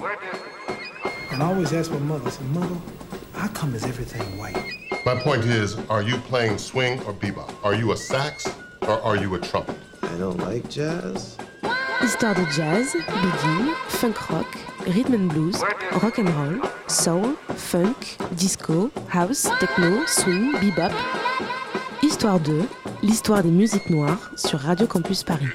And I always ask my mother, I said, Mother, how come is everything white? My point is, are you playing swing or bebop? Are you a sax or are you a trumpet? I don't like jazz. Histoire de jazz, boogie, funk rock, rhythm and blues, rock and roll, soul, funk, disco, house, techno, swing, bebop. Histoire 2, l'histoire des musiques noires sur Radio Campus Paris.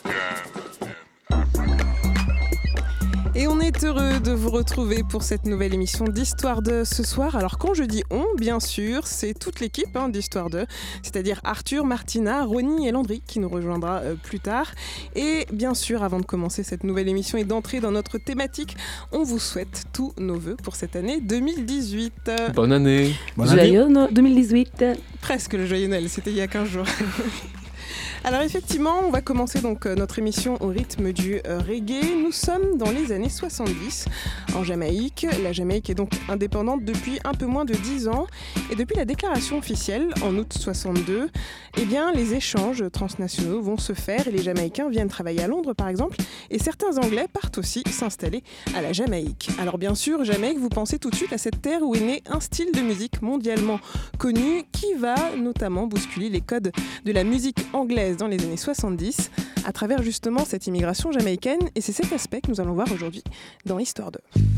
Et on est heureux de vous retrouver pour cette nouvelle émission d'Histoire 2 ce soir. Alors quand je dis on, bien sûr, c'est toute l'équipe d'Histoire 2, c'est-à-dire Arthur, Martina, Ronnie et Landry qui nous rejoindra plus tard. Et bien sûr, avant de commencer cette nouvelle émission et d'entrer dans notre thématique, on vous souhaite tous nos vœux pour cette année 2018. Bonne année. Joyeux 2018. Presque le joyeux Noël, c'était il y a 15 jours. Alors effectivement, on va commencer donc notre émission au rythme du reggae. Nous sommes dans les années 70 en Jamaïque. La Jamaïque est donc indépendante depuis un peu moins de 10 ans. Et depuis la déclaration officielle en août 62, eh bien, les échanges transnationaux vont se faire et les Jamaïcains viennent travailler à Londres par exemple. Et certains Anglais partent aussi s'installer à la Jamaïque. Alors bien sûr, Jamaïque, vous pensez tout de suite à cette terre où est né un style de musique mondialement connu qui va notamment bousculer les codes de la musique anglaise dans les années 70 à travers justement cette immigration jamaïcaine et c'est cet aspect que nous allons voir aujourd'hui dans Histoire 2.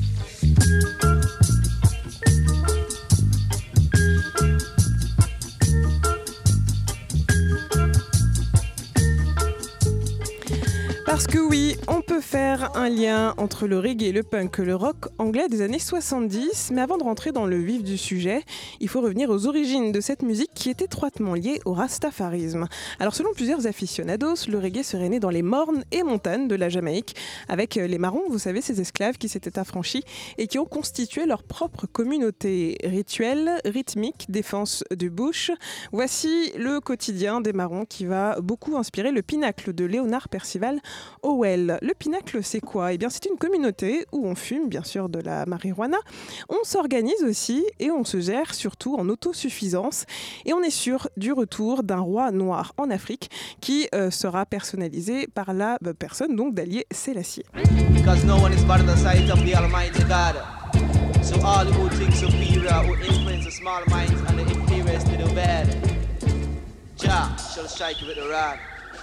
Parce que oui, on peut faire un lien entre le reggae, le punk, le rock anglais des années 70. Mais avant de rentrer dans le vif du sujet, il faut revenir aux origines de cette musique qui est étroitement liée au rastafarisme. Alors selon plusieurs aficionados, le reggae serait né dans les mornes et montagnes de la Jamaïque, avec les marrons, vous savez, ces esclaves qui s'étaient affranchis et qui ont constitué leur propre communauté rituelle, rythmique, défense du bush. Voici le quotidien des marrons qui va beaucoup inspirer le Pinacle de Leonard Percival Howell. Le Pinacle, c'est quoi ? Eh bien, c'est une communauté où on fume, bien sûr, de la marijuana. On s'organise aussi et on se gère surtout en autosuffisance. Et on est sûr du retour d'un roi noir en Afrique qui sera personnalisé par la personne donc d'Haïlé Sélassié. Because no one is but the sight of the Almighty God. So all who think superior will influence the small minds and the inferiors to the bad. Jah shall strike you with the rod.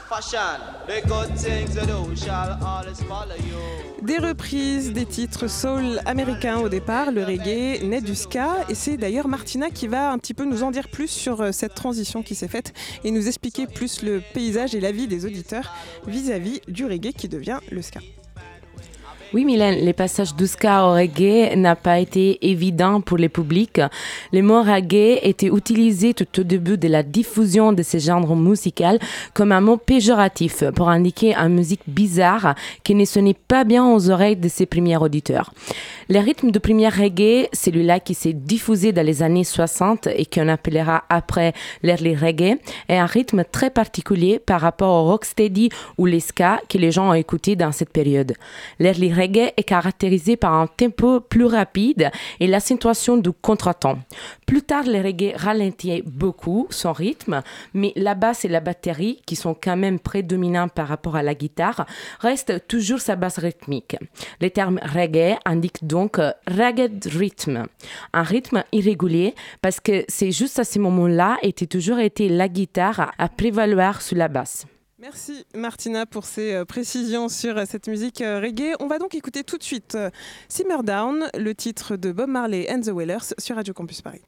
Des reprises, des titres soul américains au départ, le reggae naît du ska et c'est d'ailleurs Martina qui va un petit peu nous en dire plus sur cette transition qui s'est faite et nous expliquer plus le paysage et la vie des auditeurs vis-à-vis du reggae qui devient le ska. Oui, Mylène, le passage du ska au reggae n'a pas été évident pour le public. Le mot reggae était utilisé tout au début de la diffusion de ce genre musical comme un mot péjoratif pour indiquer une musique bizarre qui ne sonnait pas bien aux oreilles de ses premiers auditeurs. Le rythme du premier reggae, celui-là qui s'est diffusé dans les années 60 et qu'on appellera après l'early reggae, est un rythme très particulier par rapport au rocksteady ou le ska que les gens ont écouté dans cette période. L'early reggae est caractérisé par un tempo plus rapide et l'accentuation du contretemps. Plus tard, le reggae ralentit beaucoup son rythme, mais la basse et la batterie, qui sont quand même prédominants par rapport à la guitare, restent toujours sa base rythmique. Le terme reggae indique donc ragged rhythm, un rythme irrégulier parce que c'est juste à ce moment-là était toujours été la guitare à prévaloir sur la basse. Merci Martina pour ces précisions sur cette musique reggae. On va donc écouter tout de suite Simmer Down, le titre de Bob Marley and the Wailers sur Radio Campus Paris.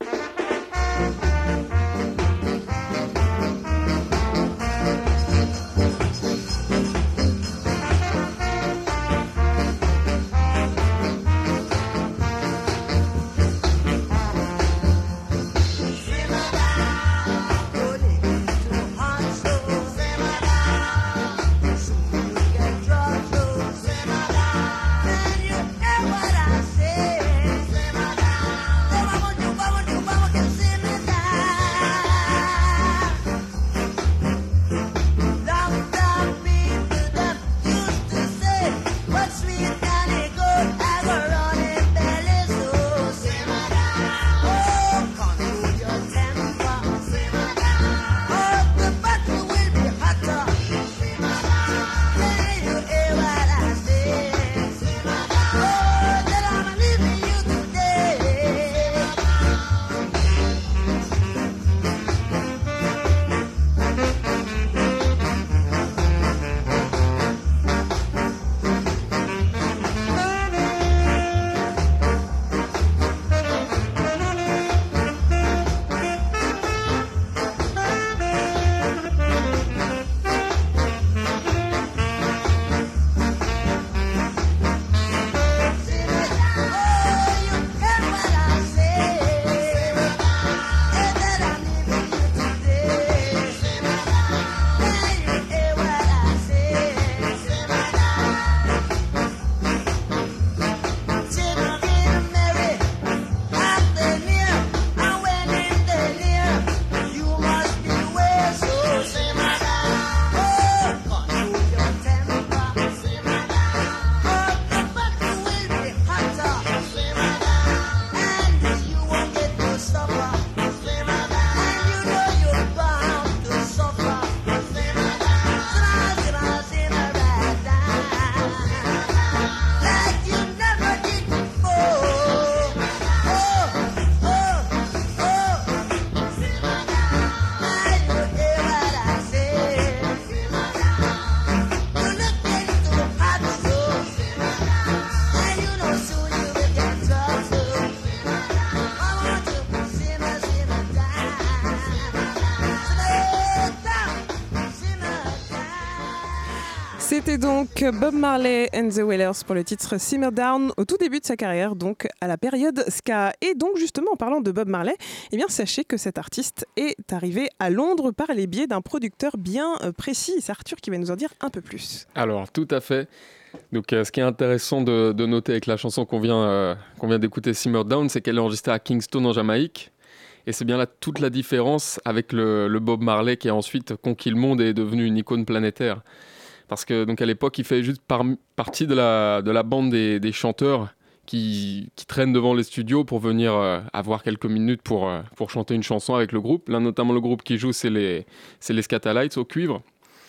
C'était donc Bob Marley and the Wailers pour le titre Simmer Down au tout début de sa carrière, donc à la période ska. Et donc justement en parlant de Bob Marley, eh bien sachez que cet artiste est arrivé à Londres par les biais d'un producteur bien précis. C'est Arthur qui va nous en dire un peu plus. Alors tout à fait. Donc ce qui est intéressant de noter avec la chanson qu'on vient d'écouter, Simmer Down, c'est qu'elle est enregistrée à Kingston en Jamaïque. Et c'est bien là toute la différence avec le Bob Marley qui a ensuite conquis le monde et est devenu une icône planétaire. Parce que donc à l'époque, il fait juste partie de la bande des chanteurs qui traînent devant les studios pour venir avoir quelques minutes pour chanter une chanson avec le groupe. Là, notamment, le groupe qui joue, c'est les Skatalites au cuivre.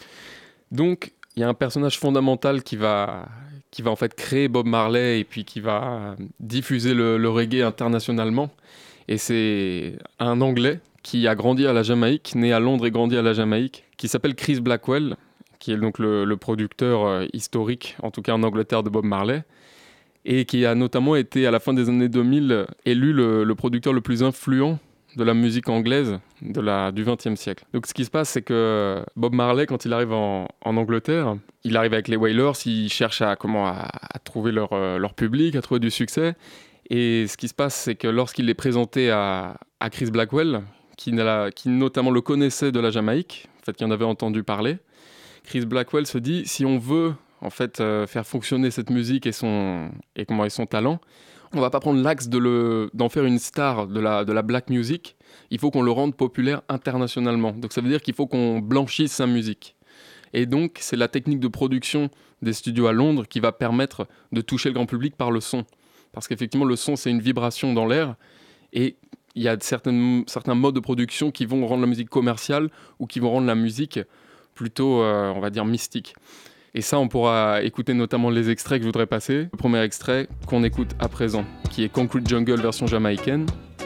Donc, il y a un personnage fondamental qui va en fait créer Bob Marley et puis qui va diffuser le reggae internationalement. Et c'est un Anglais qui a grandi à la Jamaïque, né à Londres et grandi à la Jamaïque, qui s'appelle Chris Blackwell, qui est donc le producteur historique, en tout cas en Angleterre, de Bob Marley, et qui a notamment été, à la fin des années 2000, élu le producteur le plus influent de la musique anglaise du XXe siècle. Donc ce qui se passe, c'est que Bob Marley, quand il arrive en Angleterre, il arrive avec les Wailers, il cherche à trouver leur public, à trouver du succès. Et ce qui se passe, c'est que lorsqu'il est présenté à Chris Blackwell, qui notamment le connaissait de la Jamaïque, en fait, qui en avait entendu parler, Chris Blackwell se dit, si on veut en fait faire fonctionner cette musique et son talent, on va pas prendre l'axe d'en faire une star de la black music, il faut qu'on le rende populaire internationalement. Donc ça veut dire qu'il faut qu'on blanchisse sa musique. Et donc c'est la technique de production des studios à Londres qui va permettre de toucher le grand public par le son. Parce qu'effectivement le son c'est une vibration dans l'air et il y a certains modes de production qui vont rendre la musique commerciale ou qui vont rendre la musique plutôt, on va dire, mystique. Et ça, on pourra écouter notamment les extraits que je voudrais passer. Le premier extrait qu'on écoute à présent, qui est Concrete Jungle version jamaïcaine.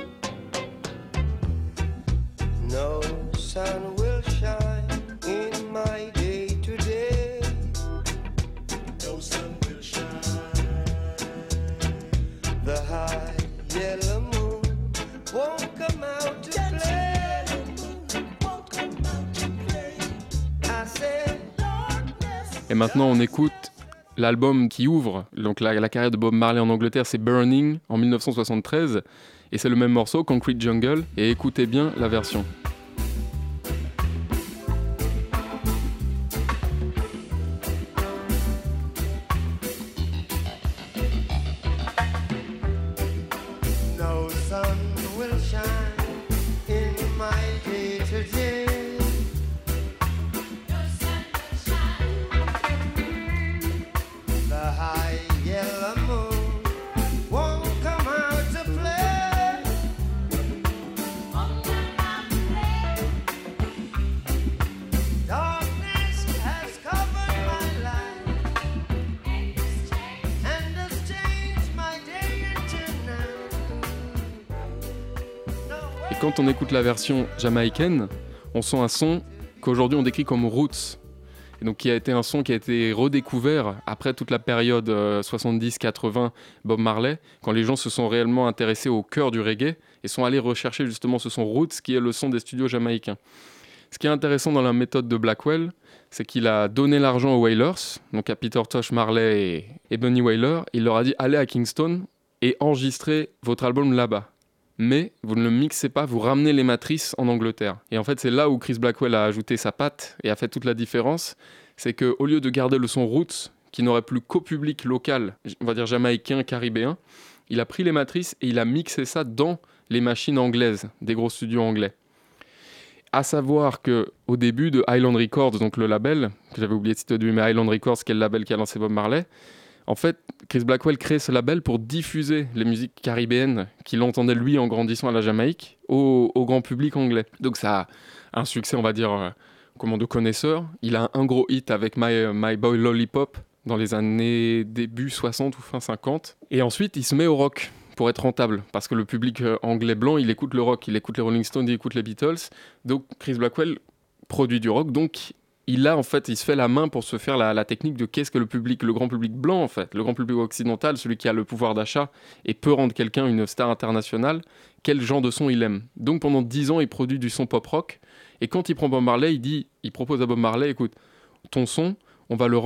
No sun will shine in my day today. No sun will shine. The high yellow moon won't come out to play. Et maintenant, on écoute l'album qui ouvre donc la carrière de Bob Marley en Angleterre, c'est Burning en 1973. Et c'est le même morceau, Concrete Jungle. Et écoutez bien la version. No sun will shine in my day today. Et quand on écoute la version jamaïcaine, on sent un son qu'aujourd'hui on décrit comme roots. Et donc qui a été un son qui a été redécouvert après toute la période 70-80 Bob Marley, quand les gens se sont réellement intéressés au cœur du reggae et sont allés rechercher justement ce son roots qui est le son des studios jamaïcains. Ce qui est intéressant dans la méthode de Blackwell, c'est qu'il a donné l'argent aux Wailers, donc à Peter Tosh Marley et Bunny Wailer. Il leur a dit allez à Kingston et enregistrez votre album là-bas. Mais vous ne le mixez pas, vous ramenez les matrices en Angleterre. Et en fait, c'est là où Chris Blackwell a ajouté sa patte et a fait toute la différence. C'est qu'au lieu de garder le son roots, qui n'aurait plus qu'au public local, on va dire jamaïcain, caribéen, il a pris les matrices et il a mixé ça dans les machines anglaises, des gros studios anglais. À savoir qu'au début de Island Records, donc le label, que j'avais oublié de citer au début, mais Island Records, qui est le label qui a lancé Bob Marley, en fait, Chris Blackwell crée ce label pour diffuser les musiques caribéennes qu'il entendait lui en grandissant à la Jamaïque au grand public anglais. Donc ça a un succès, on va dire, de connaisseur. Il a un gros hit avec My Boy Lollipop dans les années début 60 ou fin 50. Et ensuite, il se met au rock pour être rentable, parce que le public anglais blanc, il écoute le rock, il écoute les Rolling Stones, il écoute les Beatles. Donc Chris Blackwell produit du rock, donc il se fait la main pour se faire la technique de qu'est-ce que le grand public blanc, en fait, le grand public occidental, celui qui a le pouvoir d'achat et peut rendre quelqu'un une star internationale, quel genre de son il aime. Donc pendant 10 ans, il produit du son pop-rock, et quand il prend Bob Marley, il propose à Bob Marley, écoute, ton son, on va le rendre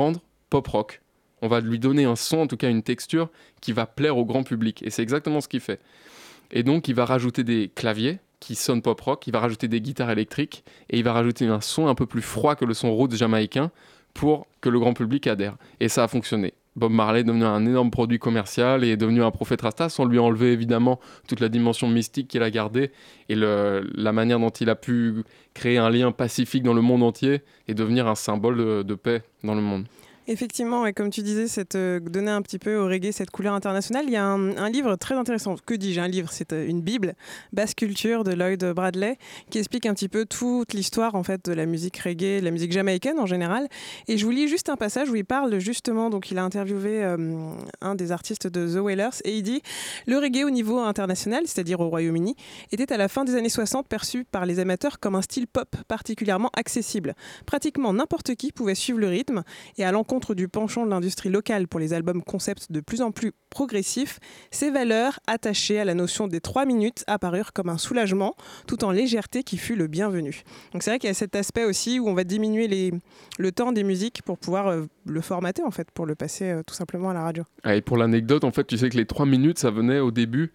pop rock. On va lui donner un son, en tout cas une texture, qui va plaire au grand public. Et c'est exactement ce qu'il fait. Et donc, il va rajouter des claviers qui sonnent pop rock, il va rajouter des guitares électriques, et il va rajouter un son un peu plus froid que le son roots jamaïcain pour que le grand public adhère. Et ça a fonctionné. Bob Marley est devenu un énorme produit commercial et est devenu un prophète rasta, sans lui enlever évidemment toute la dimension mystique qu'il a gardée et la manière dont il a pu créer un lien pacifique dans le monde entier et devenir un symbole de paix dans le monde. Effectivement, et comme tu disais, donner un petit peu au reggae cette couleur internationale. Il y a un livre très intéressant, que dis-je, un livre, c'est une bible, Basse Culture de Lloyd Bradley, qui explique un petit peu toute l'histoire en fait de la musique reggae, de la musique jamaïcaine en général. Et je vous lis juste un passage où il parle justement, donc il a interviewé un des artistes de The Wailers, et il dit « Le reggae au niveau international, c'est-à-dire au Royaume-Uni, était à la fin des années 60 perçu par les amateurs comme un style pop particulièrement accessible. Pratiquement n'importe qui pouvait suivre le rythme, et à l'encontre du penchant de l'industrie locale pour les albums concepts de plus en plus progressifs, ces valeurs attachées à la notion des 3 minutes apparurent comme un soulagement, tout en légèreté qui fut le bienvenu. » Donc c'est vrai qu'il y a cet aspect aussi où on va diminuer le temps des musiques pour pouvoir le formater en fait, pour le passer tout simplement à la radio. Ah, et pour l'anecdote, en fait, tu sais que les 3 minutes, ça venait au début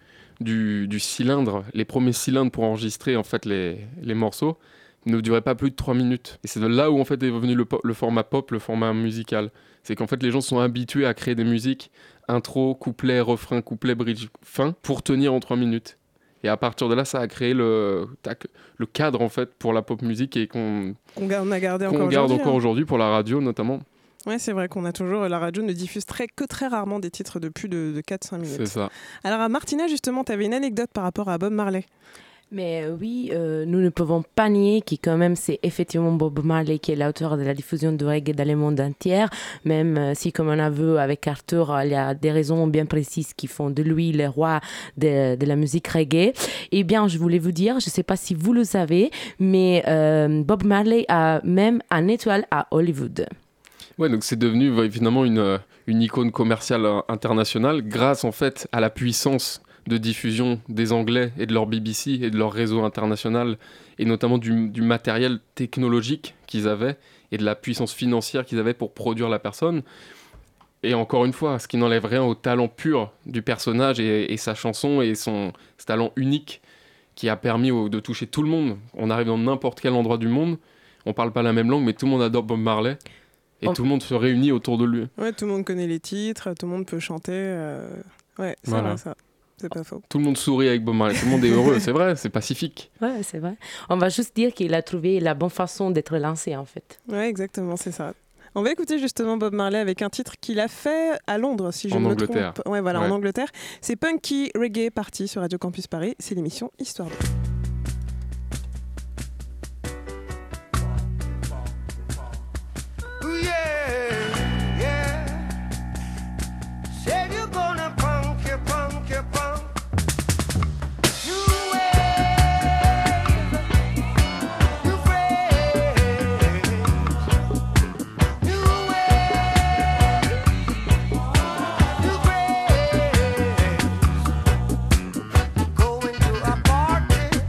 du cylindre, les premiers cylindres pour enregistrer en fait les morceaux ne duraient pas plus de 3 minutes. Et c'est de là où en fait est venu le format pop, le format musical. C'est qu'en fait les gens sont habitués à créer des musiques intro, couplet, refrain, couplet, bridge, fin pour tenir en 3 minutes. Et à partir de là, ça a créé le cadre en fait pour la pop musique et qu'on garde encore aujourd'hui pour la radio notamment. Ouais, c'est vrai qu'on a toujours, la radio ne diffuse que très rarement des titres de plus de 4-5 minutes. C'est ça. Alors Martina, justement, tu avais une anecdote par rapport à Bob Marley. Mais oui, nous ne pouvons pas nier que quand même c'est effectivement Bob Marley qui est l'auteur de la diffusion du reggae dans le monde entier, même si comme on a vu avec Arthur, il y a des raisons bien précises qui font de lui le roi de la musique reggae. Eh bien, je voulais vous dire, je ne sais pas si vous le savez, mais Bob Marley a même une étoile à Hollywood. Ouais, donc c'est devenu finalement une icône commerciale internationale grâce en fait à la puissance de diffusion des Anglais et de leur BBC et de leur réseau international et notamment du matériel technologique qu'ils avaient et de la puissance financière qu'ils avaient pour produire la personne. Et encore une fois, ce qui n'enlève rien au talent pur du personnage et sa chanson et ce talent unique qui a permis de toucher tout le monde. On arrive dans n'importe quel endroit du monde, on parle pas la même langue mais tout le monde adore Bob Marley. Et tout le monde se réunit autour de lui. Ouais, tout le monde connaît les titres, tout le monde peut chanter. Ouais, c'est vrai ça. C'est pas faux. Tout le monde sourit avec Bob Marley, tout le monde est heureux, c'est vrai, c'est pacifique. Ouais, c'est vrai. On va juste dire qu'il a trouvé la bonne façon d'être lancé en fait. Ouais, exactement, c'est ça. On va écouter justement Bob Marley avec un titre qu'il a fait à Londres, si je ne me trompe. Ouais, voilà, en Angleterre. C'est Punky Reggae Party sur Radio Campus Paris. C'est l'émission Histoire d'eux. Going to a party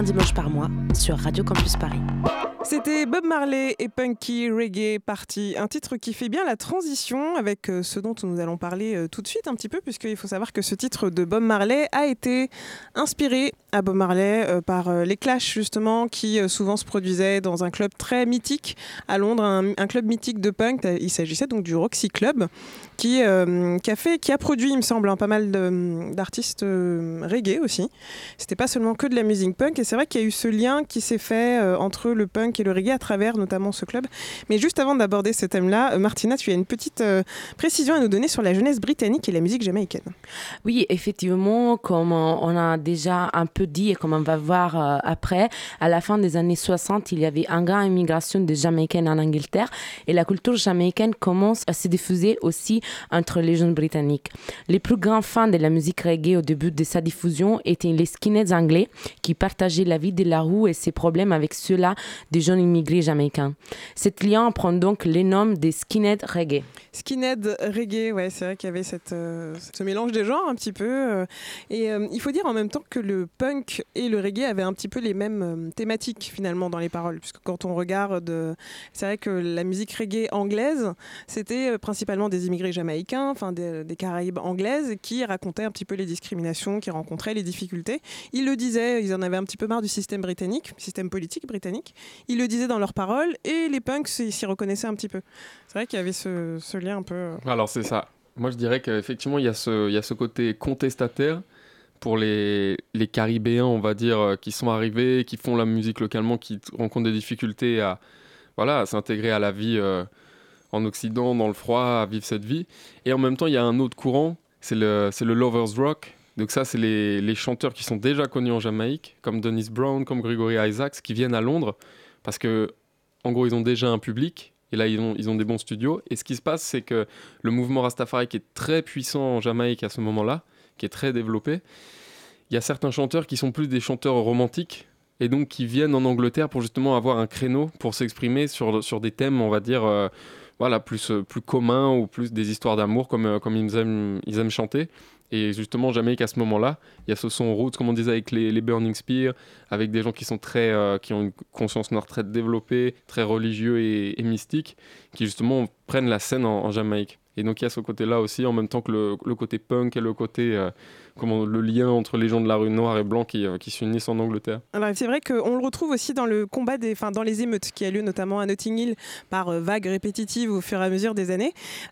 dimanche par mois sur Radio Campus Paris. C'était Bob Marley et Punky Reggae Party, un titre qui fait bien la transition avec ce dont nous allons parler tout de suite un petit peu, puisqu'il faut savoir que ce titre de Bob Marley a été inspiré à Bob Marley par les Clash justement, qui souvent se produisaient dans un club très mythique à Londres, un club mythique de punk. Il s'agissait donc du Roxy Club qui a produit, il me semble, pas mal d'artistes reggae aussi. C'était pas seulement que de la musique punk, et c'est vrai qu'il y a eu ce lien qui s'est fait entre le punk et le reggae à travers notamment ce club. Mais juste avant d'aborder ce thème-là, Martina, tu as une petite précision à nous donner sur la jeunesse britannique et la musique jamaïcaine. Oui, effectivement, comme on a déjà un peu dit et comme on va voir après, à la fin des années 60, il y avait une grande immigration de Jamaïcains en Angleterre et la culture jamaïcaine commence à se diffuser aussi entre les jeunes britanniques. Les plus grands fans de la musique reggae au début de sa diffusion étaient les skinheads anglais qui partageaient la vie de la rue et ses problèmes avec ceux-là des jeunes immigrés jamaïcains. Cet lien prend donc le nom des skinhead reggae. Skinhead reggae, ouais, c'est vrai qu'il y avait ce mélange des genres un petit peu. Il faut dire en même temps que le punk et le reggae avaient un petit peu les mêmes thématiques finalement dans les paroles. Puisque quand on regarde, c'est vrai que la musique reggae anglaise, c'était principalement des immigrés jamaïcains, enfin des Caraïbes anglaises, qui racontaient un petit peu les discriminations qu'ils rencontraient, les difficultés. Ils le disaient, ils en avaient un petit peu marre du système britannique, système politique britannique. Ils le disaient dans leurs paroles et les punks s'y reconnaissaient un petit peu. C'est vrai qu'il y avait ce lien un peu... Alors c'est ça. Moi je dirais qu'effectivement il y a ce côté contestataire pour les Caribéens, on va dire, qui sont arrivés, qui font la musique localement, qui rencontrent des difficultés à s'intégrer à la vie en Occident, dans le froid, à vivre cette vie. Et en même temps il y a un autre courant, c'est le lovers rock. Donc ça, c'est les chanteurs qui sont déjà connus en Jamaïque, comme Dennis Brown, comme Gregory Isaacs, qui viennent à Londres, parce que en gros, ils ont déjà un public, et là, ils ont des bons studios. Et ce qui se passe, c'est que le mouvement Rastafari, qui est très puissant en Jamaïque à ce moment-là, qui est très développé, il y a certains chanteurs qui sont plus des chanteurs romantiques, et donc qui viennent en Angleterre pour justement avoir un créneau pour s'exprimer sur des thèmes, on va dire, plus communs, ou plus des histoires d'amour, comme ils aiment chanter. Et justement, Jamaïque, à ce moment-là, il y a ce son roots, comme on disait, avec les Burning Spear, avec des gens qui sont qui ont une conscience noire très développée, très religieux et mystiques, qui justement prennent la scène en Jamaïque. Et donc il y a ce côté-là aussi, en même temps que le côté punk et le côté, le lien entre les gens de la rue noire et blanc qui s'unissent en Angleterre. Alors c'est vrai qu'on le retrouve aussi dans le combat dans les émeutes qui a lieu notamment à Notting Hill par vagues répétitives au fur et à mesure des années.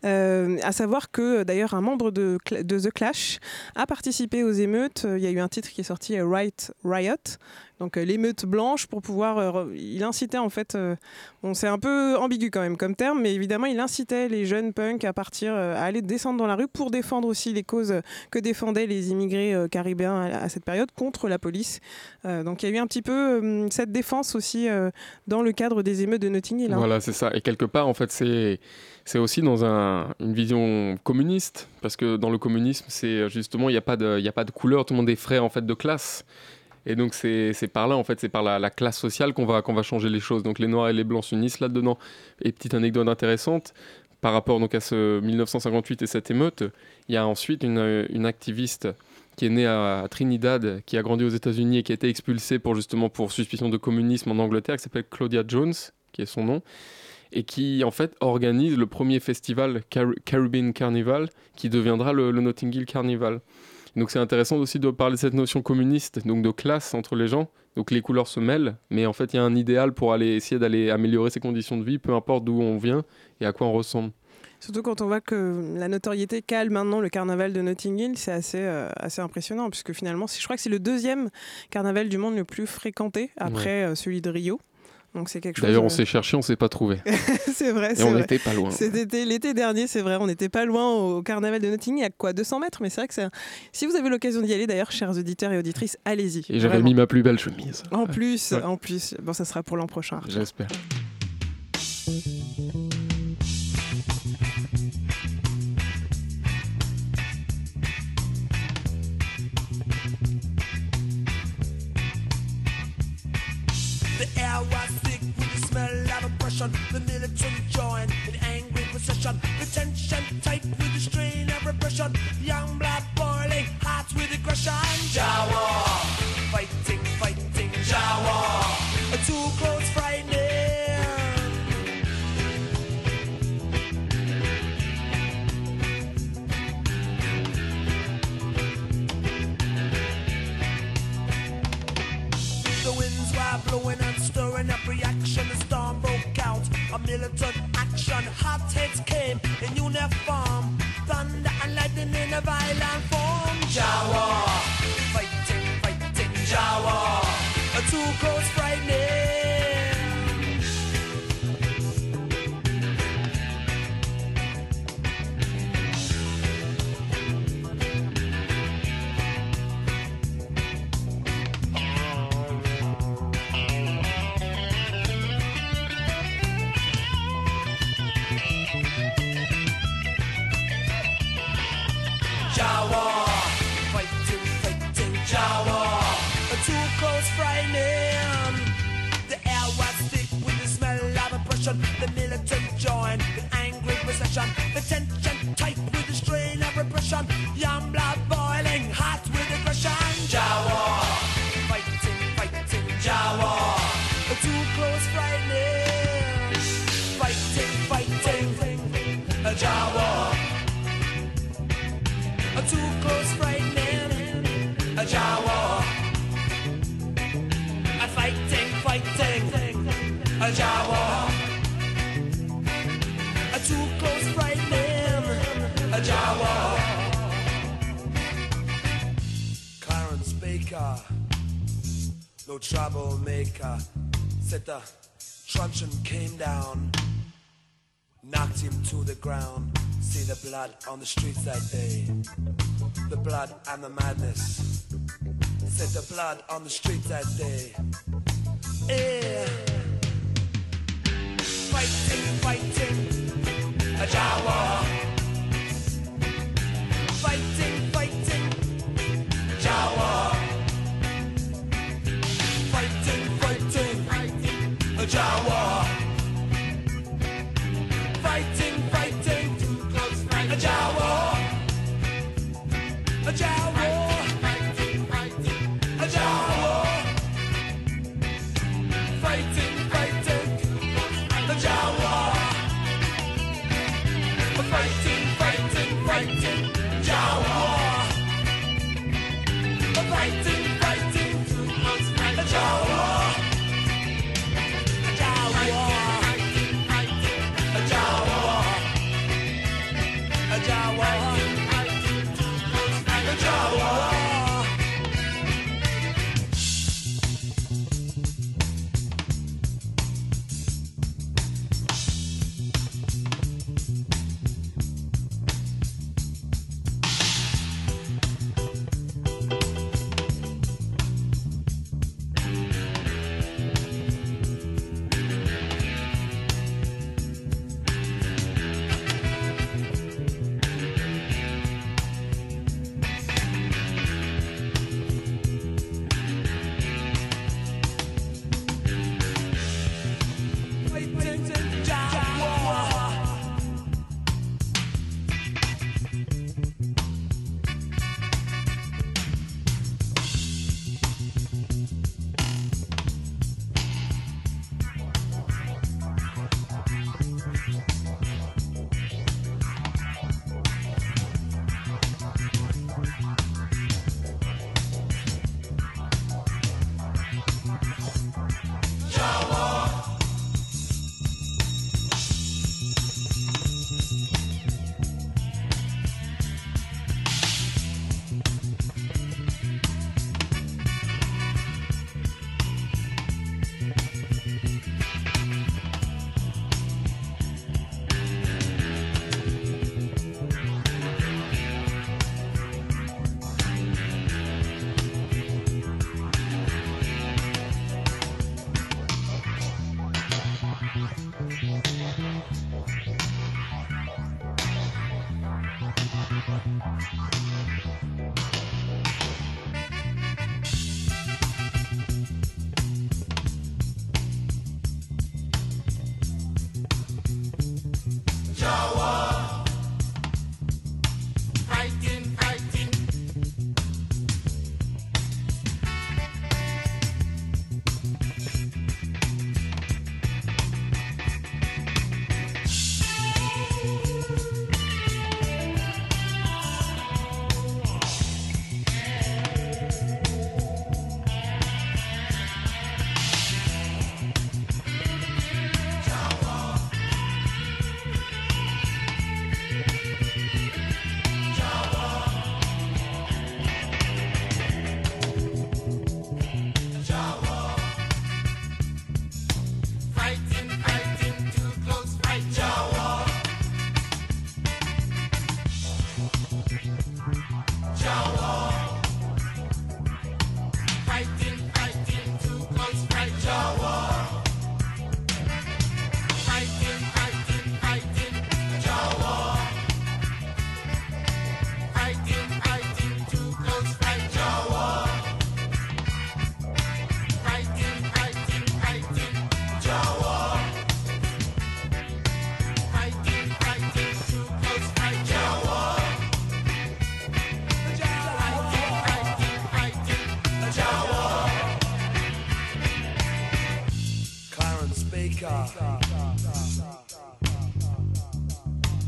À savoir que d'ailleurs un membre de The Clash a participé aux émeutes. Il y a eu un titre qui est sorti, Right Riot. Donc l'émeute blanche pour pouvoir... il incitait en fait... c'est un peu ambigu quand même comme terme, mais évidemment il incitait les jeunes punks à partir, à aller descendre dans la rue pour défendre aussi les causes que défendaient les immigrés caribéens à cette période contre la police. Donc il y a eu un petit peu cette défense aussi dans le cadre des émeutes de Notting Hill. Voilà, c'est ça. Et quelque part, en fait, c'est aussi dans une vision communiste, parce que dans le communisme, c'est justement, il n'y a pas de couleur, tout le monde est frère en fait de classe. Et donc c'est par là, en fait, c'est par la classe sociale qu'on va changer les choses. Donc les Noirs et les Blancs s'unissent là-dedans. Et petite anecdote intéressante, par rapport donc à ce 1958 et cette émeute, il y a ensuite une activiste qui est née à Trinidad, qui a grandi aux États-Unis et qui a été expulsée pour suspicion de communisme en Angleterre, qui s'appelle Claudia Jones, qui est son nom, et qui en fait organise le premier festival Caribbean Carnival, qui deviendra le Notting Hill Carnival. Donc c'est intéressant aussi de parler de cette notion communiste, donc de classe entre les gens. Donc les couleurs se mêlent, mais en fait il y a un idéal pour essayer d'aller améliorer ses conditions de vie, peu importe d'où on vient et à quoi on ressemble. Surtout quand on voit que la notoriété qu'a maintenant le carnaval de Notting Hill, c'est assez impressionnant, puisque finalement, je crois que c'est le deuxième carnaval du monde le plus fréquenté, après celui de Rio. Donc c'est quelque chose. D'ailleurs, on s'est cherché, on s'est pas trouvé. C'est vrai. Et on n'était pas loin. C'était l'été dernier, c'est vrai, on n'était pas loin au carnaval de Notting Hill. Il y a quoi, 200 mètres, mais c'est vrai que si vous avez l'occasion d'y aller, d'ailleurs, chers auditeurs et auditrices, allez-y. Et j'avais mis ma plus belle chemise. En plus, bon, ça sera pour l'an prochain. J'espère. The air was thick with the smell of oppression. The military joined in angry procession. The tension tight with the strain of repression. Young blood boiling, hearts with aggression. Jawa, fighting, Jawa. militant action. Hot heads came in uniform, thunder and lightning in a violent form. Jawa, fighting, fighting, Jawa, too close, frightening. Jawa, fighting, fighting, Jawa, too close, frightening. The air was thick with the smell of oppression. The militant joined with angry procession. The tension tight with the strain of repression. Young blood boiling, hot with aggression. Jawa, fighting, fighting, Jawa, too close, frightening. Fighting, fighting, Jawa. Too close, frightening, a Jawa. A fighting, fighting, a Jawa. A too close, frightening, a Jawa. Clarence Baker, no troublemaker, said the truncheon came down, knocked him to the ground. See the blood on the streets that day, the blood and the madness. Said the blood on the streets that day. Yeah. Fighting, fighting, a Jawa. Fighting, fighting, Jawa. Fighting, fighting, a Jawa. Fighting, fighting, a Jawa, a Jawa, a Jawa, fighting, fighting, a Jawa, fighting, fighting, fighting, Jawa, fighting, fighting, a Jawa, a Jawa, a Jawa. A Jawa, a Jawa.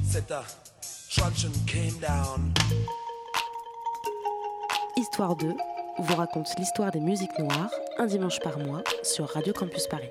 said the truncheon came down. Histoire 2 vous raconte l'histoire des musiques noires un dimanche par mois sur Radio Campus Paris.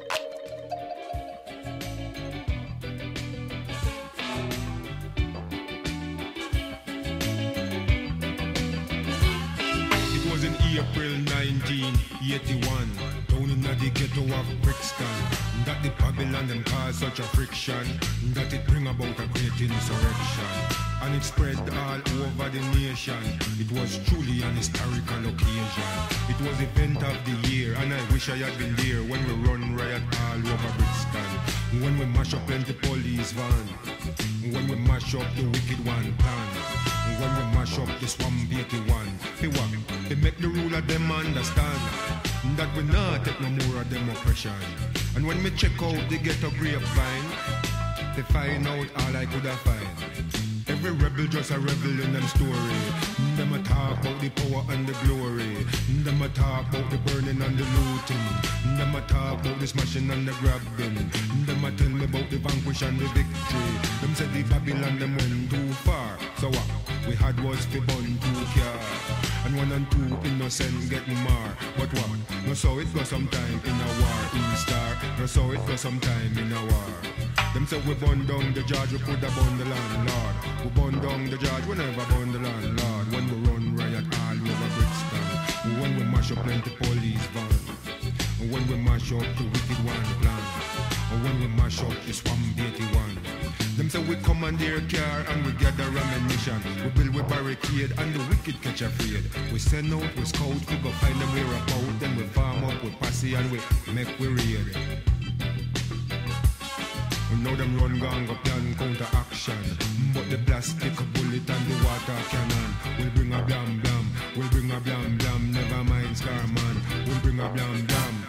It was in April 1981, down in the ghetto of Brixton, that the Babylon them cause such a friction, that it bring about a great insurrection, and it spread all over the nation. It was truly an historical occasion. It was event of the year, and I wish I had been there when we run riot all over Brixton, when we mash up plenty police van, when we mash up the wicked one plan, when we mash up the swamp 81. Hey, what? They make the ruler them understand that we not take no more of them oppression. And when me check out the ghetto grapevine, they find out all I could have find. Every rebel just a rebel in them story. Them a talk about the power and the glory. Them a talk about the burning and the looting. Them a talk about the smashing and the grabbing. Them a tell me about the vanquish and the victory. Them said the Babylon them went too far. So what we had was fi bun too car. And 1 and 2 innocent get mar. But what? No so it go sometime in a war. In star. No so it go sometime in a war. Them say we burn down the judge, we could have burn the landlord. We burn down the judge, we never burn the landlord. When we run riot all over Brixton, when we mash up plenty police van, when we mash up the wicked one plan, when we mash up the swamp 81. Them say we commandeer car and we gather ammunition. We build we barricade and the wicked catch afraid. We send out, we scout, we go find them whereabout. Then we farm up, we posse and we make we raid. Now them run gang up plan counter action. But the plastic bullet and the water cannon will bring a blam blam, will bring a blam blam. Never mind Scarman, will bring a blam blam.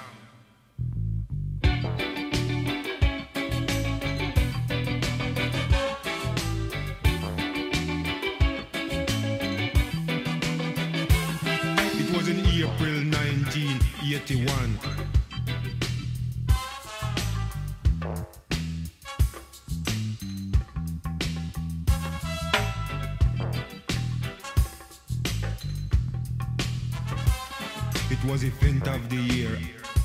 It was in April 1981. It was event of the year.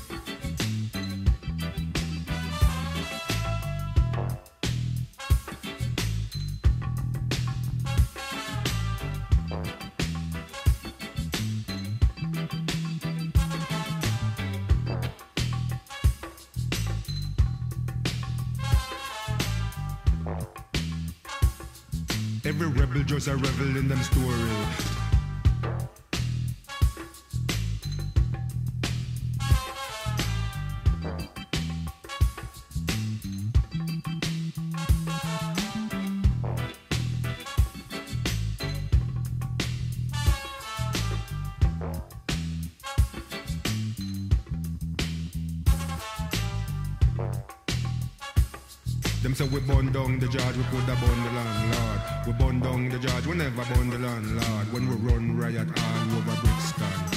Every rebel just a rebel in them story. Them say we burn down the judge, we could have burn the landlord. We burn down the judge, we never burn the landlord. When we run riot all over Brixton.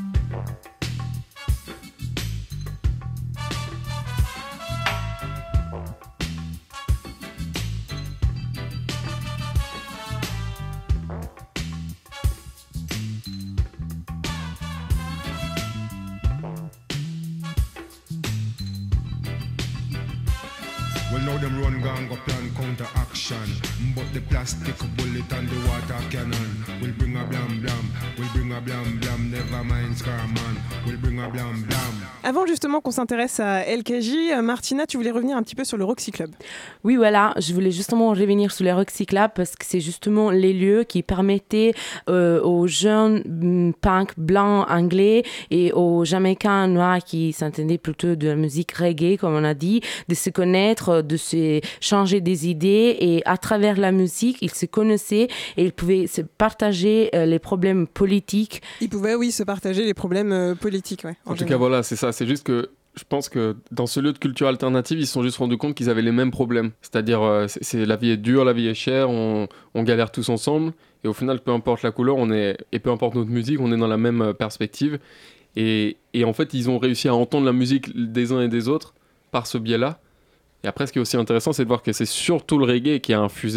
Well, now them run gang up plan counter action. But the plastic bullet and the water cannon will bring a blam blam, will bring a blam blam. Never mind Scarman, will bring a blam blam. Avant justement qu'on s'intéresse à LKJ, Martina, tu voulais revenir un petit peu sur le Roxy Club. Oui, voilà, je voulais justement revenir sur le Roxy Club parce que c'est justement les lieux qui permettaient aux jeunes punks blancs anglais et aux Jamaïcains noirs qui s'entendaient plutôt de la musique reggae, comme on a dit, de se connaître, de se changer des idées, et à travers la musique, ils se connaissaient et ils pouvaient se partager les problèmes politiques. Ils pouvaient, oui, se partager les problèmes politiques, ouais. En tout cas, voilà, c'est ça. C'est juste que je pense que dans ce lieu de culture alternative, ils se sont juste rendus compte qu'ils avaient les mêmes problèmes. C'est-à-dire, la vie est dure, la vie est chère, on galère tous ensemble. Et au final, peu importe la couleur, et peu importe notre musique, on est dans la même perspective. Et en fait, ils ont réussi à entendre la musique des uns et des autres par ce biais-là. Et après, ce qui est aussi intéressant, c'est de voir que c'est surtout le reggae qui a infusé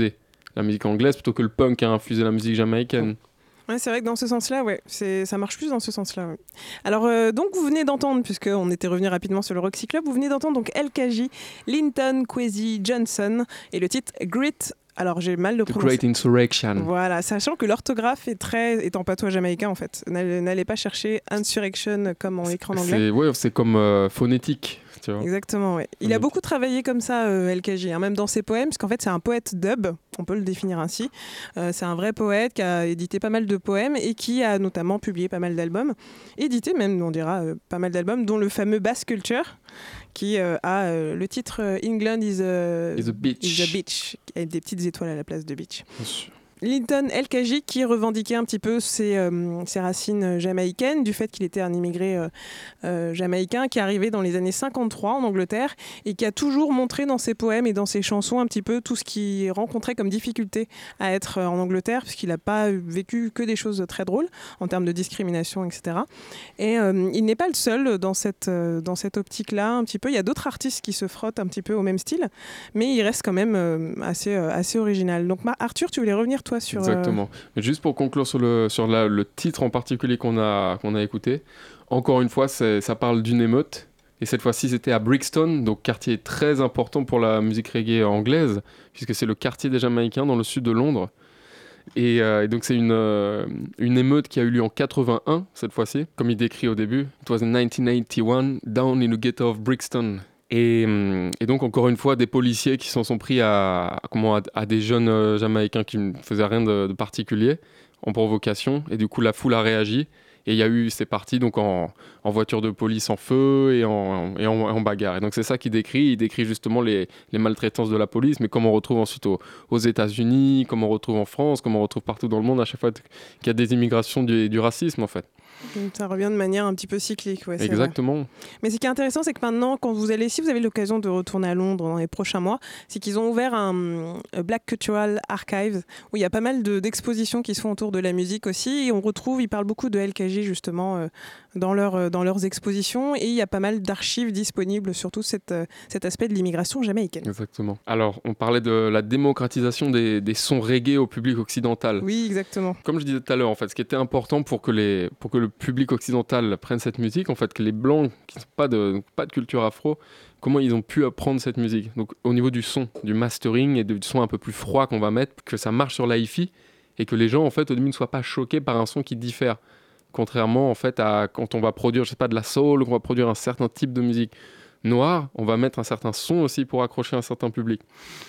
la musique anglaise plutôt que le punk a infusé la musique jamaïcaine. Ouais, c'est vrai que dans ce sens-là, ça marche plus dans ce sens-là. Ouais. Alors, donc, vous venez d'entendre, puisqu'on était revenu rapidement sur le Roxy Club, vous venez d'entendre donc LKJ, Linton Kwesi Johnson, et le titre Great. Alors, j'ai mal de prononcer. The Great Insurrection. Voilà, sachant que l'orthographe est en patois jamaïcain, en fait. N'allez pas chercher Insurrection comme en écrit en anglais. C'est comme phonétique. Tu vois. Exactement, ouais. Il a beaucoup travaillé comme ça, LKJ, même dans ses poèmes, parce qu'en fait, c'est un poète dub, on peut le définir ainsi. C'est un vrai poète qui a édité pas mal de poèmes et qui a notamment publié pas mal d'albums. Édité même, on dira, pas mal d'albums, dont le fameux Bass Culture, qui a le titre England is a beach, avec des petites étoiles à la place de beach. Bien sûr. Linton LKJ qui revendiquait un petit peu ses racines jamaïcaines du fait qu'il était un immigré jamaïcain qui est arrivé dans les années 53 en Angleterre et qui a toujours montré dans ses poèmes et dans ses chansons un petit peu tout ce qu'il rencontrait comme difficulté à être en Angleterre puisqu'il n'a pas vécu que des choses très drôles en termes de discrimination, etc. Et il n'est pas le seul dans cette optique-là un petit peu. Il y a d'autres artistes qui se frottent un petit peu au même style, mais il reste quand même assez original. Donc Arthur, tu voulais revenir toi sur... Exactement. Mais juste pour conclure sur le titre en particulier qu'on a écouté, encore une fois, ça parle d'une émeute. Et cette fois-ci, c'était à Brixton, donc quartier très important pour la musique reggae anglaise, puisque c'est le quartier des Jamaïcains dans le sud de Londres. Et donc c'est une émeute qui a eu lieu en 81, cette fois-ci, comme il décrit au début. It was in 1981, down in the ghetto of Brixton. Et donc, encore une fois, des policiers qui s'en sont pris à des jeunes Jamaïcains qui ne faisaient rien de particulier, en provocation. Et du coup, la foule a réagi. Et il y a eu ces parties donc en voiture de police en feu et en bagarre. Et donc, c'est ça qu'il décrit. Il décrit justement les maltraitances de la police, mais comme on retrouve ensuite aux États-Unis, comme on retrouve en France, comme on retrouve partout dans le monde, à chaque fois qu'il y a des immigrations du racisme, en fait. Donc, ça revient de manière un petit peu cyclique. Ouais, exactement. Mais ce qui est intéressant, c'est que maintenant, si vous avez l'occasion de retourner à Londres dans les prochains mois, c'est qu'ils ont ouvert un Black Cultural Archive où il y a pas mal d'expositions qui se font autour de la musique aussi. Et ils parlent beaucoup de LKJ justement dans leurs expositions. Et il y a pas mal d'archives disponibles sur tout cet aspect de l'immigration jamaïcaine. Exactement. Alors, on parlait de la démocratisation des sons reggae au public occidental. Oui, exactement. Comme je disais tout à l'heure, en fait, ce qui était important pour que le public occidental prenne cette musique, en fait, que les blancs qui n'ont pas de culture afro, comment ils ont pu apprendre cette musique. Donc au niveau du son, du mastering et du son un peu plus froid qu'on va mettre, que ça marche sur l'hi-fi et que les gens en fait au début ne soient pas choqués par un son qui diffère. Contrairement en fait à quand on va produire, je sais pas, de la soul, qu'on va produire un certain type de musique noire, on va mettre un certain son aussi pour accrocher un certain public.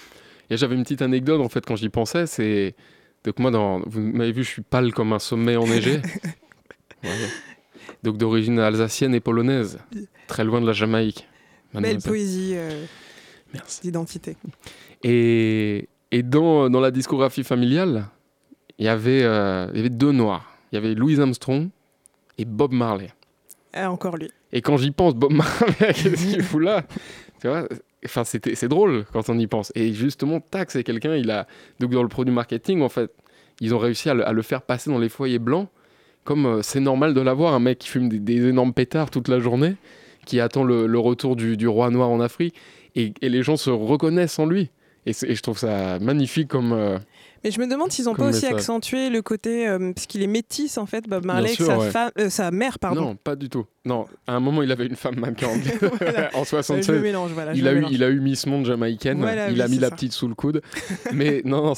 Et j'avais une petite anecdote en fait quand j'y pensais, c'est donc moi vous m'avez vu, je suis pâle comme un sommet enneigé. Voilà. Donc d'origine alsacienne et polonaise, très loin de la Jamaïque. Belle poésie d'identité. Et dans la discographie familiale, il y avait deux noirs. Il y avait Louis Armstrong et Bob Marley. Encore lui. Et quand j'y pense, Bob Marley, qu'est-ce qu'il fout là? Tu vois, enfin, c'est drôle quand on y pense. Et justement, c'est quelqu'un, donc dans le produit marketing, en fait, ils ont réussi à le faire passer dans les foyers blancs. Comme c'est normal de l'avoir, un mec qui fume des énormes pétards toute la journée, qui attend le retour du roi noir en Afrique, et les gens se reconnaissent en lui. Et je trouve ça magnifique comme... Mais je me demande s'ils n'ont pas aussi accentué le côté... parce qu'il est métis, en fait, Bob Marley, avec sa mère, pardon. Non, pas du tout. Non, à un moment, il avait une femme mannequin voilà. En 76. Je mélange, voilà, il a eu Miss Monde jamaïcaine. Voilà, il a mis la petite sous le coude. Mais non,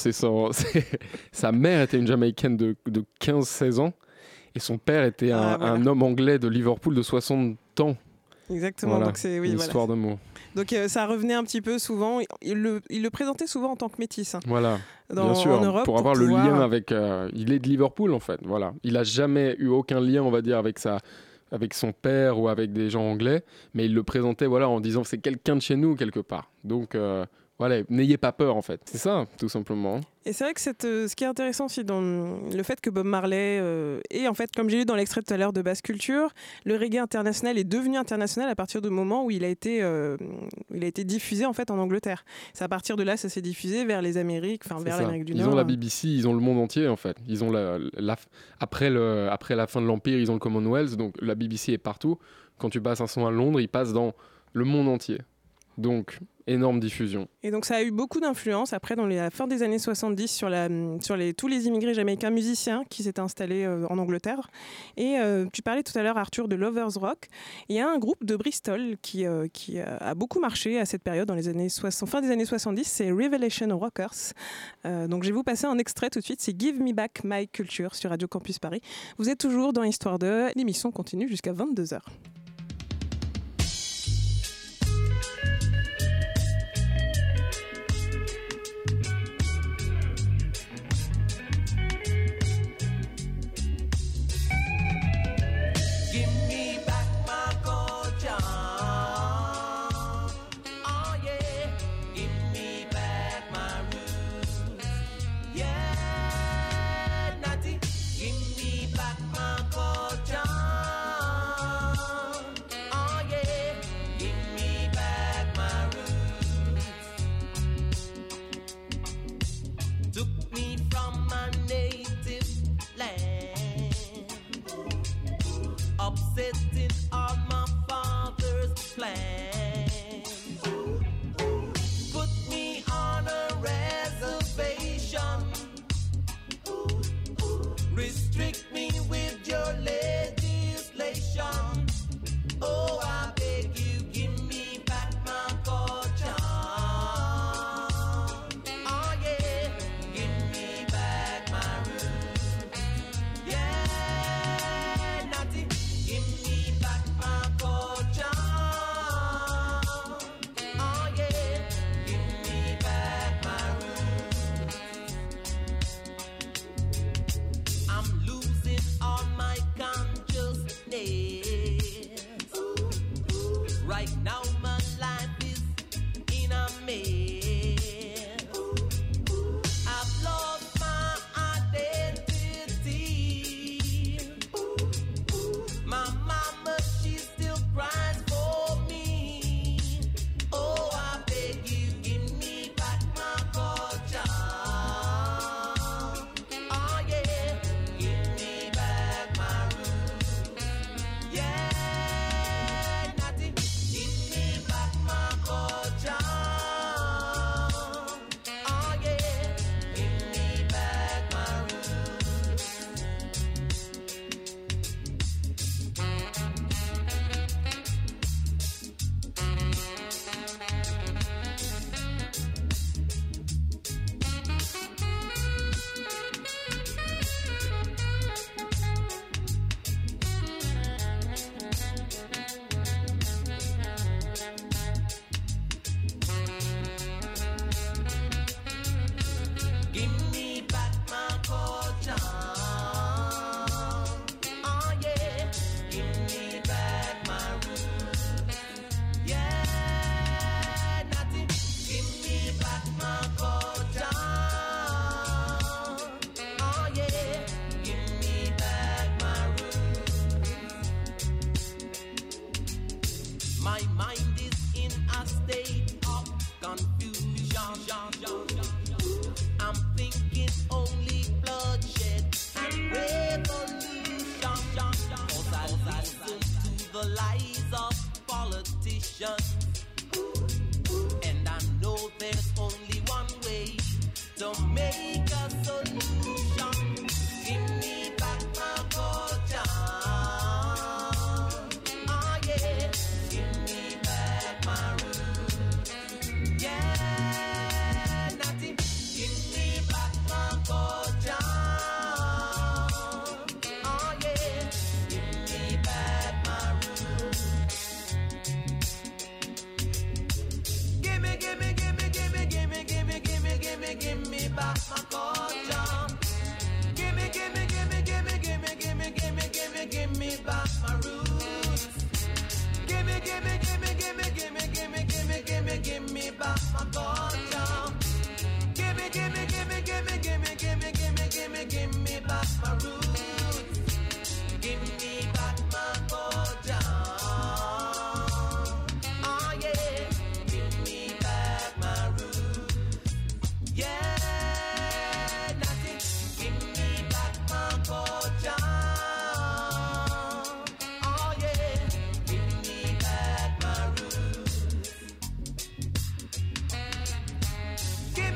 sa mère était une Jamaïcaine de 15-16 ans. Et son père était un homme anglais de Liverpool de 60 ans. Exactement, voilà, donc c'est une histoire d'amour. Donc ça revenait un petit peu souvent, il le présentait souvent en tant que métis. Voilà, bien sûr, en Europe, pour avoir le lien avec... il est de Liverpool en fait, voilà. Il n'a jamais eu aucun lien, on va dire, avec son père ou avec des gens anglais, mais il le présentait en disant c'est quelqu'un de chez nous quelque part. Donc voilà, n'ayez pas peur en fait, c'est ça tout simplement. Et c'est vrai que ce qui est intéressant aussi dans le fait que Bob Marley et en fait, comme j'ai lu dans l'extrait tout à l'heure de Bass Culture, le reggae international est devenu international à partir du moment où il a été diffusé en fait en Angleterre. C'est à partir de là, ça s'est diffusé vers les Amériques, vers l'Amérique du Nord. Ils ont la BBC, ils ont le monde entier en fait. Ils ont après la fin de l'Empire, ils ont le Commonwealth, donc la BBC est partout. Quand tu passes un son à Londres, il passe dans le monde entier. Donc énorme diffusion. Et donc ça a eu beaucoup d'influence après dans la fin des années 70 sur tous les immigrés jamaïcains musiciens qui s'étaient installés en Angleterre. Et tu parlais tout à l'heure, Arthur, de Lovers Rock. Il y a un groupe de Bristol qui a beaucoup marché à cette période dans les années fin des années 70, c'est Revelation Rockers. Donc je vais vous passer un extrait tout de suite, c'est Give Me Back My Culture sur Radio Campus Paris. Vous êtes toujours dans Histoire de, l'émission continue jusqu'à 22h.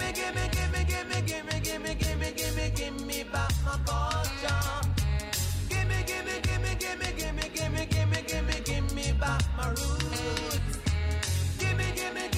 back my culture. Give me back my roots. Give me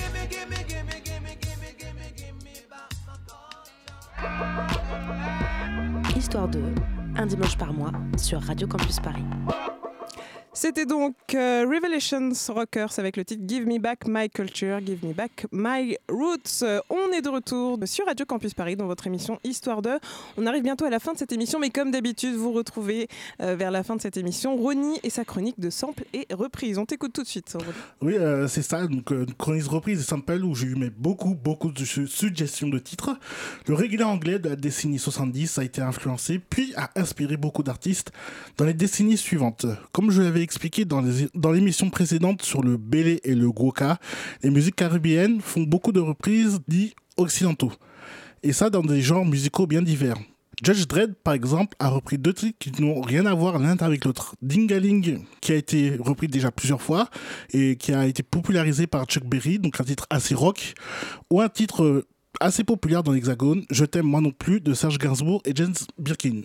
back my culture. Histoire de un dimanche par mois sur Radio Campus Paris. C'était donc Revelations Rockers avec le titre Give Me Back My Culture, Give Me Back My Roots. On est de retour sur Radio Campus Paris dans votre émission Histoire de. On arrive bientôt à la fin de cette émission, mais comme d'habitude, vous retrouvez vers la fin de cette émission Ronnie et sa chronique de samples et reprises. On t'écoute tout de suite, Ronnie. Oui, c'est ça, donc une chronique reprise et samples où j'ai eu beaucoup de suggestions de titres. Le reggae anglais de la décennie 70 a été influencé, puis a inspiré beaucoup d'artistes dans les décennies suivantes. Comme je l'avais expliqué dans l'émission précédente sur le Belé et le Gwoka, les musiques caribéennes font beaucoup de reprises dits occidentaux. Et ça dans des genres musicaux bien divers. Judge Dredd, par exemple, a repris 2 titres qui n'ont rien à voir l'un avec l'autre. Dingaling, qui a été repris déjà plusieurs fois et qui a été popularisé par Chuck Berry, donc un titre assez rock, ou un titre assez populaire dans l'Hexagone, Je t'aime moi non plus, de Serge Gainsbourg et James Birkin.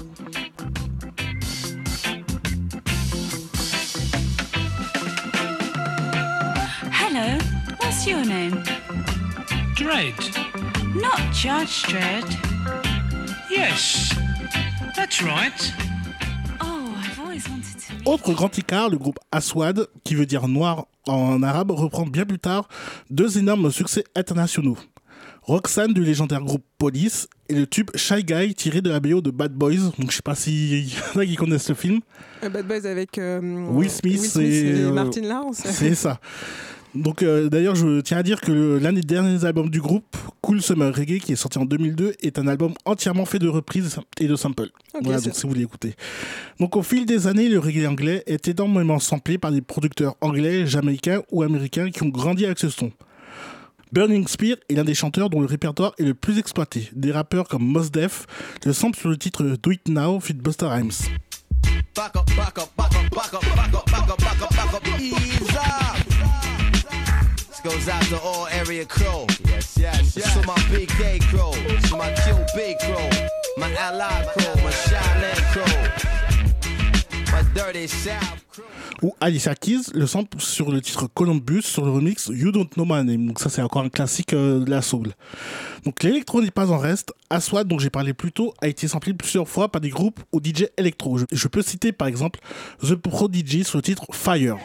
Hello, what's your name? Dredd. Not Judge Dredd. Yes, that's right. Oh, I've always wanted to meet. Autre grand écart, le groupe Aswad, qui veut dire noir en arabe, reprend bien plus tard 2 énormes succès internationaux. Roxanne du légendaire groupe Police et le tube Shy Guy tiré de la BO de Bad Boys. Donc je sais pas s'il y en a qui connaissent le film. Bad Boys avec Will Smith et Martin Lawrence. C'est ça. Donc d'ailleurs je tiens à dire que l'un des derniers albums du groupe, Cool Summer Reggae, qui est sorti en 2002, est un album entièrement fait de reprises et de samples. Okay, voilà, donc si vous voulez écouter. Donc au fil des années, le reggae anglais est énormément samplé par des producteurs anglais, jamaïcains ou américains qui ont grandi avec ce son. Burning Spear est l'un des chanteurs dont le répertoire est le plus exploité. Des rappeurs comme Mos Def le samplent sur le titre Do It Now feat Busta Rhymes. Back up, back up, back up, back up, back up, back up, back up, back up, ease up. This goes out to all area crow. Yes, yes, yes. To my BK crow, to my QB crow, my ally crow, my Shaolin crow, my dirty South crow. Ou Alicia Keys le sample sur le titre Columbus sur le remix You Don't Know My Name. Donc ça c'est encore un classique de la soul. Donc l'électro n'est pas en reste. Aswad, dont j'ai parlé plus tôt, a été samplé plusieurs fois par des groupes ou DJ électro. Je peux citer par exemple The Prodigy sur le titre Fire.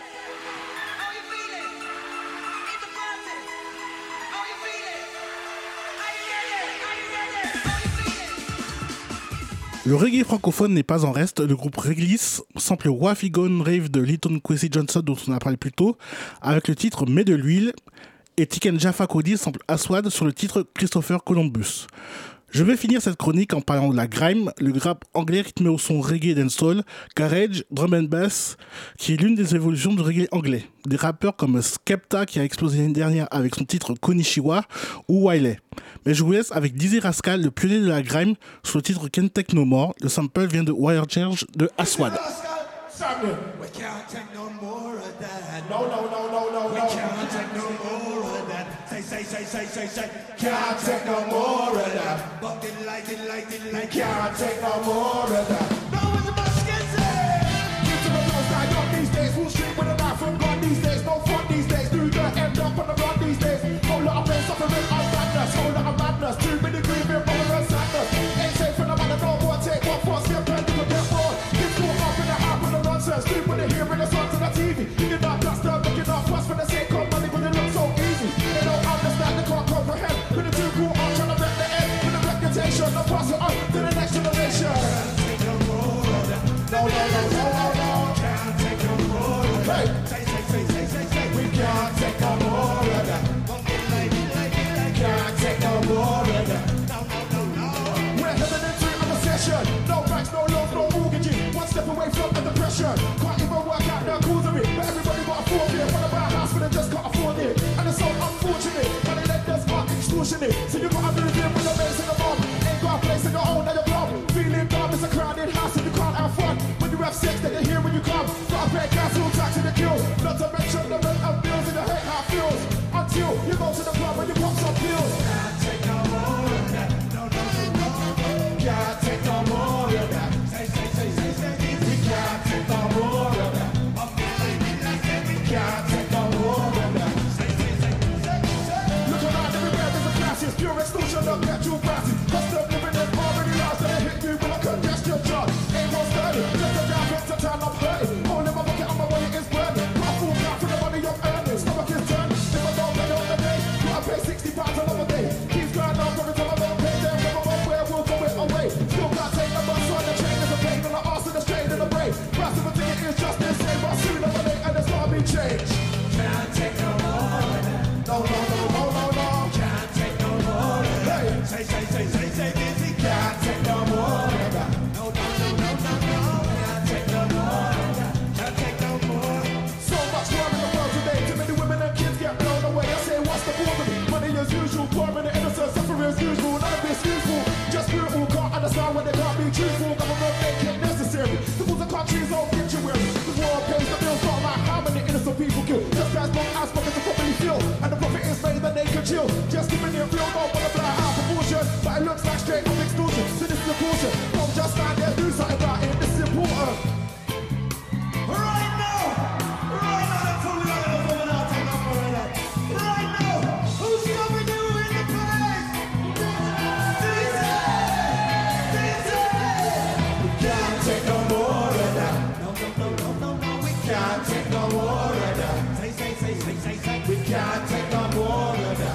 Le reggae francophone n'est pas en reste. Le groupe Réglisse sample Waffy Gone Rave de Lytton Kwesi Johnson, dont on a parlé plus tôt, avec le titre Mets de l'huile, et Tiken Jaffa Cody sample Aswad sur le titre Christopher Columbus. Je vais finir cette chronique en parlant de la grime, le rap anglais rythmé au son reggae dancehall, garage, drum and bass, qui est l'une des évolutions du reggae anglais. Des rappeurs comme Skepta qui a explosé l'année dernière avec son titre Konishiwa ou Wiley. Mais je vous laisse avec Dizzy Rascal, le pionnier de la grime, sur le titre Can't Take No More. Le sample vient de Wire Charge de Aswad. We can't take no more of that. No, no, no, no, no, no. We can't take no more of that. Say. Can't take no more of that. Bucket light. Can't take no more of that. No, what the Mexicans say? Get to the north side up these days. Who's street with a knife from gun these days? No fun these days. Do the end up on the run these days. Whole lot of pain, suffering, and sadness. Whole lot of madness. Too many grieving, bubble and sadness. Ain't safe for the man to know more. Take one for a step, and you can get more. Get caught up in the hype with the nonsense. Sleep with the hearing the songs on the TV. You're not just looking off what's for the sake of money, but it looks so easy. They don't understand, they can't comprehend. With the two cool on trying to wreck the end. With the reputation, they'll pass it on to the next generation. Can't take no more of that. No. Can't take no more of that. Say. We can't take no more of that. Can't take no more of that. No. We're heading into another session. No banks, no loans, no mortgages. One step away from the depression. Can't even work out the cause of it. But everybody got a afford it. Wanna buy a house, but they just can't afford it. And it's so unfortunate. But they let us mark extortionate. So you gotta move in with the mates in the mob. Ain't got a place in your own at your club. Feeling dumb, it's a crowded house and you can't have fun. When you have sex, they can hear when you come. Gotta pay council tax and the kill. Not to mention the rent of bills and the hate how it feels. Until you go to the club and you pop some pills. Can't take no turn up, get you fancy. Custom living is already lost, and I hit you with a congestion charge. Ain't no study, just a job, it's a time I'm hurting. All in my pocket, and my money is burning. I fool out for the money I'm earning. Stomach is turning. If I don't pay on the day, I pay £60 another day. Keeps going on every time I don't pay them. Never know where we'll go it away. Still can't take the bus on the train. There's a pain in the arse and a strain in the brain. Price of a ticket is just the same, but sooner or later there's gotta be change. Can't take no more. No, no, no, no, no, no. Can't take no more. Hey, say, busy. Can't take no more. No, no, no, no, no, no. Can't take no more. Can't take no more. So much war in the world today. Too many women and kids get blown away. I say, what's the problem? Money as usual, poor and the innocent, suffering as usual. None of this useful. Just beautiful, can't understand when they can't be truthful. Government make it necessary. The fools of countries all pictuary. The war pays the bills, not like how many innocent people kill. Just as long as pockets are properly filled. And the profit is made that they can chill. Just keeping it real, don't wanna fly out proportion. But it looks like straight up extortion. So this is a caution. Don't just stand there, do something about it. This is important. Right now, that's all we got to do. I'll take off for that. Right now, who's stopping you in the place? We can't take no more of that. No, we can't take no more of that. Say. We can't take no more of that.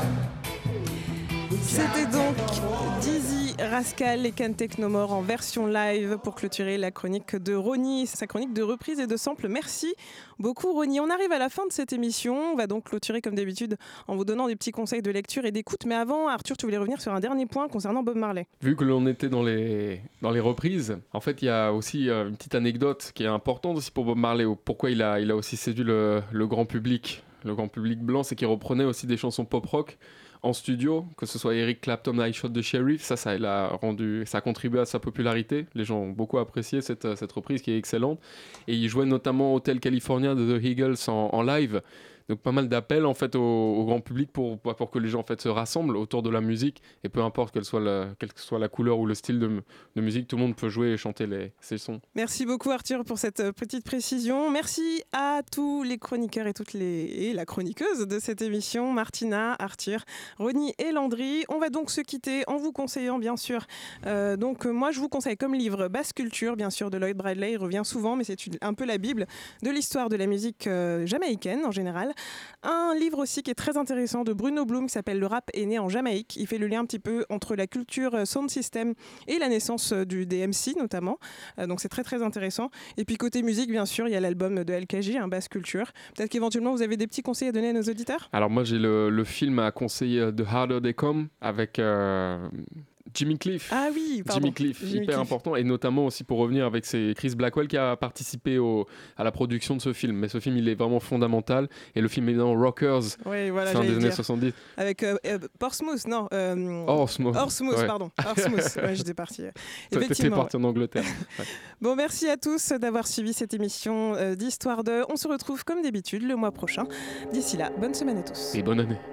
C'était donc Dizzy Rascal et Can't Take No More en version live pour clôturer la chronique de Ronnie, sa chronique de reprise et de sample. Merci beaucoup Ronnie. On arrive à la fin de cette émission. On va donc clôturer comme d'habitude en vous donnant des petits conseils de lecture et d'écoute. Mais avant, Arthur, tu voulais revenir sur un dernier point concernant Bob Marley. Vu que l'on était dans les reprises, en fait, il y a aussi une petite anecdote qui est importante aussi pour Bob Marley. Pourquoi il a aussi séduit le grand public blanc, c'est qu'il reprenait aussi des chansons pop-rock en studio, que ce soit Eric Clapton, I Shot the Sheriff, ça a contribué à sa popularité. Les gens ont beaucoup apprécié cette reprise qui est excellente. Et il jouait notamment Hotel California de The Eagles en live. Donc pas mal d'appels en fait au grand public pour que les gens en fait se rassemblent autour de la musique, et peu importe quelle soit la couleur ou le style de musique, tout le monde peut jouer et chanter ces sons. Merci beaucoup Arthur pour cette petite précision. Merci à tous les chroniqueurs et la chroniqueuse de cette émission, Martina, Arthur, Ronnie et Landry. On va donc se quitter en vous conseillant bien sûr. Moi je vous conseille comme livre Basse Culture, bien sûr, de Lloyd Bradley. Il revient souvent, mais c'est un peu la bible de l'histoire de la musique jamaïcaine en général. Un livre aussi qui est très intéressant de Bruno Bloom qui s'appelle Le rap est né en Jamaïque. Il fait le lien un petit peu entre la culture sound system et la naissance du DMC notamment. Donc c'est très très intéressant. Et puis côté musique, bien sûr, il y a l'album de LKJ, Basse Culture. Peut-être qu'éventuellement vous avez des petits conseils à donner à nos auditeurs. Alors moi j'ai le film à conseiller, The Harder They Come, avec Jimmy Cliff. Ah oui, pardon. Jimmy Cliff, hyper important, et notamment aussi pour revenir avec Chris Blackwell qui a participé à la production de ce film. Mais ce film, il est vraiment fondamental, et le film est dans Rockers, oui, voilà, fin des années 70. Avec Portsmouth, non Portsmouth, ouais. Pardon. Portsmouth, ouais, j'étais partie. T'étais parti en Angleterre. Ouais. Bon, merci à tous d'avoir suivi cette émission d'Histoire de. On se retrouve comme d'habitude le mois prochain. D'ici là, bonne semaine à tous. Et bonne année.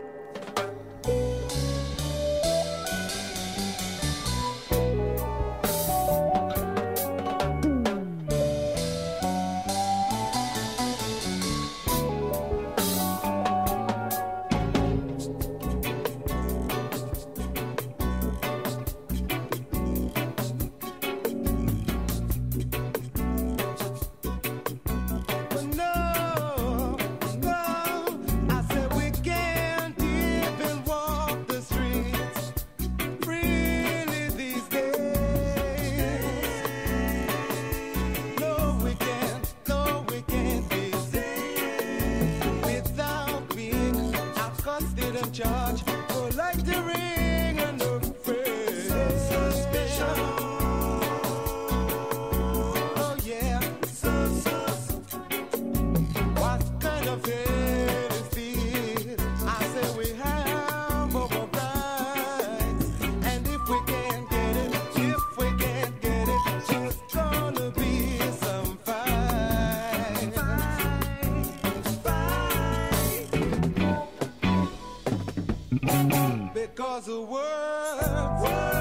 Charge for like the ring and the face. Suspicion. Oh yeah. What kind of hell is this? I say we have our rights, and if we can't get it, there's gonna be some fight. Because the world